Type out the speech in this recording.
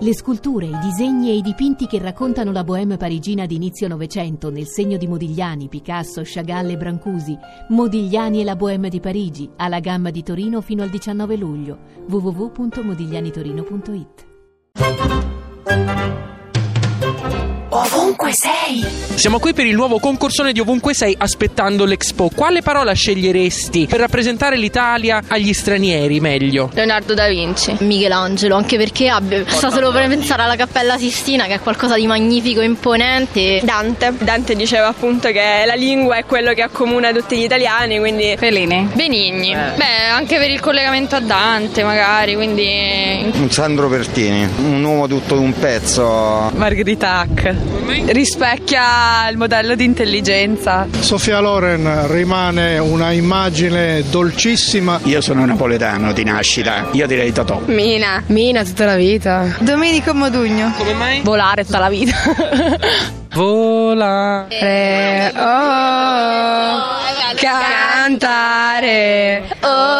Le sculture, i disegni e i dipinti che raccontano la bohème parigina di inizio Novecento nel segno di Modigliani, Picasso, Chagall e Brancusi. Modigliani e la bohème di Parigi, alla Gamma di Torino fino al 19 luglio. www.modiglianitorino.it. Ovunque sei! Siamo qui per il nuovo concorsone di Ovunque sei, aspettando l'Expo. Quale parola sceglieresti per rappresentare l'Italia agli stranieri meglio? Leonardo da Vinci. Michelangelo, anche perché basta solo per pensare alla Cappella Sistina, che è qualcosa di magnifico e imponente. Dante diceva appunto che la lingua è quello che accomuna tutti gli italiani, quindi Fellini. Benigni. Beh, anche per il collegamento a Dante magari, quindi un Sandro Pertini, un uomo tutto d'un pezzo. Margherita Hack rispecchia il modello di intelligenza. Sofia Loren rimane una immagine dolcissima. Io sono napoletano di nascita, io direi Totò. Mina tutta la vita. Domenico Modugno. Come mai? Volare tutta la vita. Volare, cantare,